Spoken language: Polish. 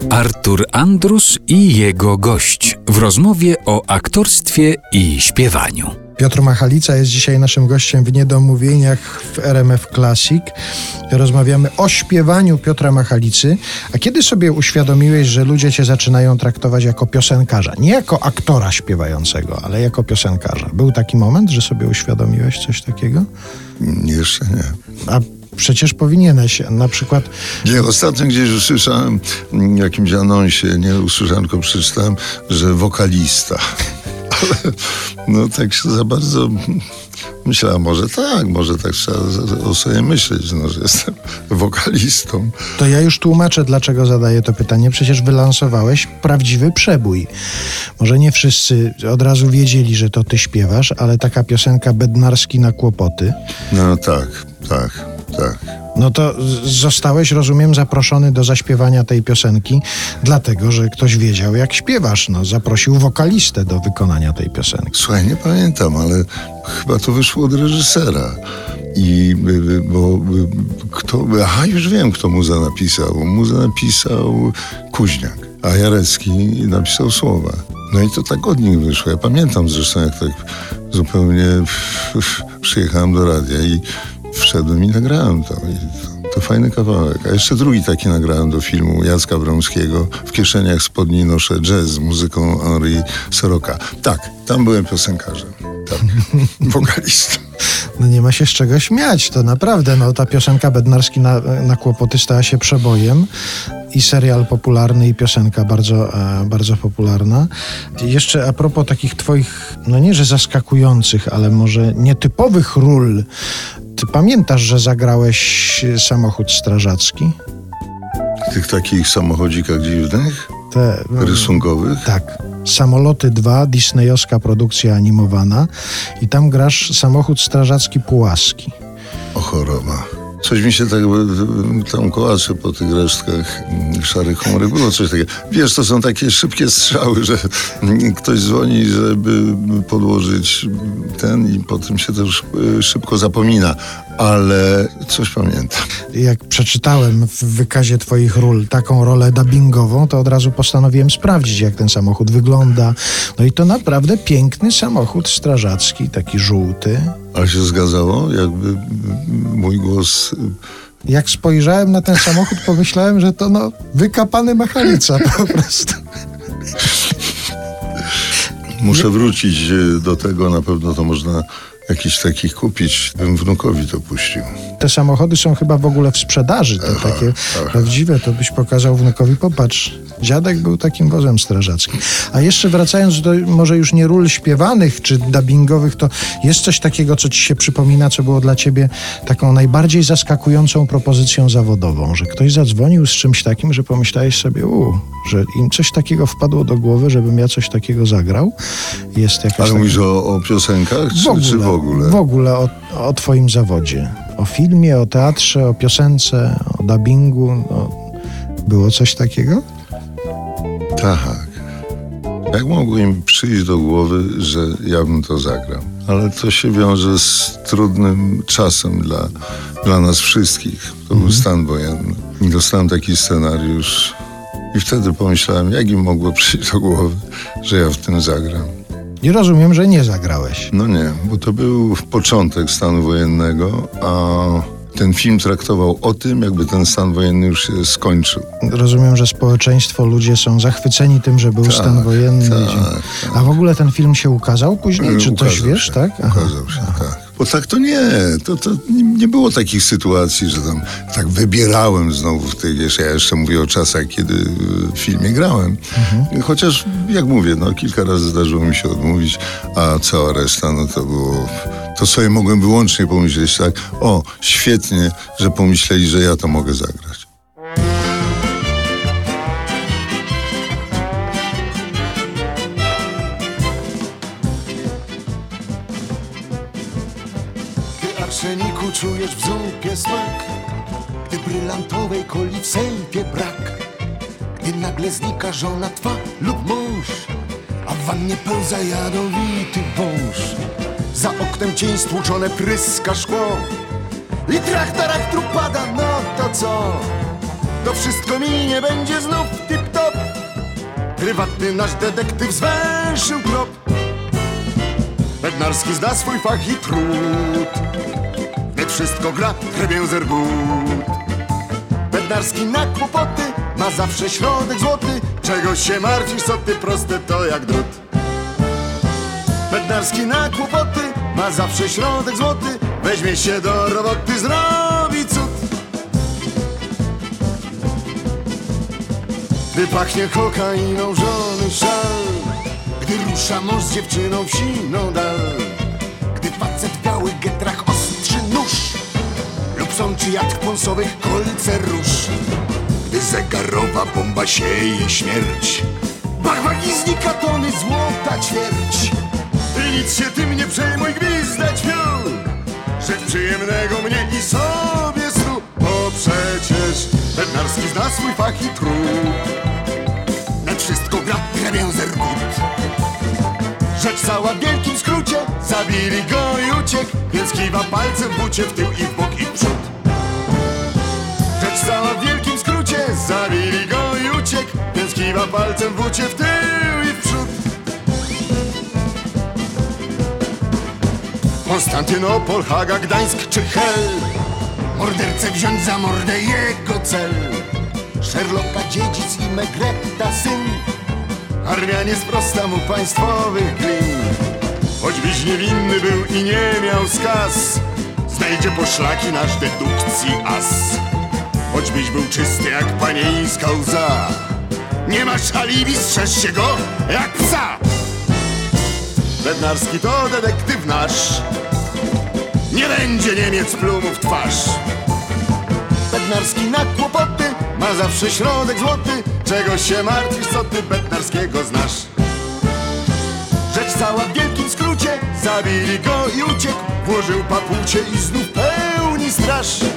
Artur Andrus i jego gość w rozmowie o aktorstwie i śpiewaniu. Piotr Machalica jest dzisiaj naszym gościem w Niedomówieniach w RMF Classic. Rozmawiamy o śpiewaniu Piotra Machalicy. A kiedy sobie uświadomiłeś, że ludzie cię zaczynają traktować jako piosenkarza? Nie jako aktora śpiewającego, ale jako piosenkarza. Był taki moment, że sobie uświadomiłeś coś takiego? Jeszcze nie. A przecież powinieneś, na przykład... Nie, ostatnio gdzieś usłyszałem w jakimś anonsie, nie usłyszałem, tylko przeczytałem, że wokalista. Ale no tak się za bardzo myślałem, może tak trzeba o sobie myśleć, no, że jestem wokalistą. To ja już tłumaczę, dlaczego zadaję to pytanie. Przecież wylansowałeś prawdziwy przebój. Może nie wszyscy od razu wiedzieli, że to ty śpiewasz, ale taka piosenka Bednarski na kłopoty. No tak. No to zostałeś, rozumiem, zaproszony do zaśpiewania tej piosenki, dlatego, że ktoś wiedział, jak śpiewasz. No, zaprosił wokalistę do wykonania tej piosenki. Słuchaj, nie pamiętam, ale chyba to wyszło od reżysera. Aha, już wiem, kto muzę napisał. Muzę napisał Kuźniak, a Jarecki napisał słowa. No i to tak od nich wyszło. Ja pamiętam zresztą, jak tak zupełnie przyjechałem do radia i wszedłem i nagrałem to. To fajny kawałek. A jeszcze drugi taki nagrałem do filmu Jacka Bromskiego. W kieszeniach spodni noszę jazz z muzyką Henri Soroka. Tak, tam byłem piosenkarzem. Tak, wokalistą. No nie ma się z czego śmiać, to naprawdę. No, ta piosenka Bednarski na kłopoty stała się przebojem. I serial popularny, i piosenka bardzo, bardzo popularna. Jeszcze a propos takich twoich, no nie że zaskakujących, ale może nietypowych ról. Ty pamiętasz, że zagrałeś Samochód strażacki? Tych takich samochodzikach dziwnych? Rysunkowych? Tak. Samoloty 2, disneyowska produkcja animowana. I tam grasz Samochód strażacki Pułaski. O choroba. Coś mi się tak tam kołacze po tych resztkach szarych humory. Było coś takiego. Wiesz, to są takie szybkie strzały, że ktoś dzwoni, żeby podłożyć ten i potem się też szybko zapomina. Ale coś pamiętam. Jak przeczytałem w wykazie twoich ról taką rolę dubbingową, to od razu postanowiłem sprawdzić, jak ten samochód wygląda. No i to naprawdę piękny samochód strażacki, taki żółty. A się zgadzało? Jakby mój głos... Jak spojrzałem na ten samochód, pomyślałem, że to wykapany Machalica po prostu. Muszę wrócić do tego, na pewno to można jakiś takich kupić. Bym wnukowi to puścił. Te samochody są chyba w ogóle w sprzedaży, takie prawdziwe, to byś pokazał wnukowi, popatrz, dziadek był takim wozem strażackim. A jeszcze wracając do może już nie ról śpiewanych czy dubbingowych, to jest coś takiego, co ci się przypomina, co było dla ciebie taką najbardziej zaskakującą propozycją zawodową, że ktoś zadzwonił z czymś takim, że pomyślałeś sobie, że im coś takiego wpadło do głowy, żebym ja coś takiego zagrał. Jest jakaś Ale mówisz o piosenkach, czy w ogóle? W ogóle o twoim zawodzie. O filmie, o teatrze, o piosence, o dubbingu. Było coś takiego? Tak. Jak mogło im przyjść do głowy, że ja bym to zagrał? Ale to się wiąże z trudnym czasem dla nas wszystkich. To był stan wojenny. I dostałem taki scenariusz i wtedy pomyślałem, jak im mogło przyjść do głowy, że ja w tym zagram. I rozumiem, że nie zagrałeś. No nie, bo to był początek stanu wojennego, a ten film traktował o tym, jakby ten stan wojenny już się skończył. Rozumiem, że społeczeństwo, ludzie są zachwyceni tym, że był stan wojenny. Tak. A w ogóle ten film się ukazał później? Czy coś wiesz, się, tak? Ukazał się, tak. Bo tak to nie. To nie było takich sytuacji, że tam tak wybierałem znowu w tej, wiesz, ja jeszcze mówię o czasach, kiedy w filmie grałem. Chociaż, jak mówię, kilka razy zdarzyło mi się odmówić, a cała reszta, to było... To sobie mogłem wyłącznie pomyśleć tak, świetnie, że pomyśleli, że ja to mogę zagrać. Gdy arseniku czujesz w zupie smak, gdy brylantowej coli w sejpie brak, gdy nagle znika żona twa lub mąż, a w wannie pełza jadowity wąż. Za oknem cień stłuczone pryska szkło i trach trup pada, no to co? To wszystko minie, będzie znów tip-top. prywatny nasz detektyw zwęszył trop. Bednarski zna swój fach i trud, wnet wszystko gra Krebięzer gut. Bednarski na kłopoty ma zawsze środek złoty. Czego się martwisz, co ty, proste to jak drut. Bednarski na kłopoty ma zawsze środek złoty. Weźmie się do roboty, zrobi cud. Gdy pachnie kokainą żony szal, gdy rusza mąż z dziewczyną w siną dal, gdy facet w białych getrach ostrzy nóż lub sączy jad w pąsowych kolce róż, gdy zegarowa bomba sieje śmierć, bach, bach i znika tony złota ćwierć. Ty nic się tym nie przejmuj, gwizdać pił, rzecz przyjemnego mnie i sobie snu. Bo przecież Bednarski zna swój fach i trud, na wszystko gra Krebięzer gut. Rzecz cała w wielkim skrócie, zabili go i uciekł, więc kiwa palcem w bucie w tył i w bok i w przód. Rzecz cała w wielkim skrócie, zabili go i uciekł, więc kiwa palcem w bucie w tył i w przód. Konstantynopol, Haga, Gdańsk czy Hel, mordercę wziąć za mordę jego cel. Sherlocka dziedzic i Megretta syn, armia nie sprosta mu państwowych glin. Choćbyś niewinny był i nie miał skaz, znajdzie poszlaki nasz dedukcji as. Choćbyś był czysty jak panieńska łza, nie masz alibi, strzeż się go jak psa. Bednarski to detektyw nasz, nie będzie Niemiec pluł mu w twarz. Bednarski na kłopoty ma zawsze środek złoty. Czego się martwisz, co ty Bednarskiego znasz? Rzecz cała w wielkim skrócie, zabili go i uciekł, włożył papucie i znów pełni straż.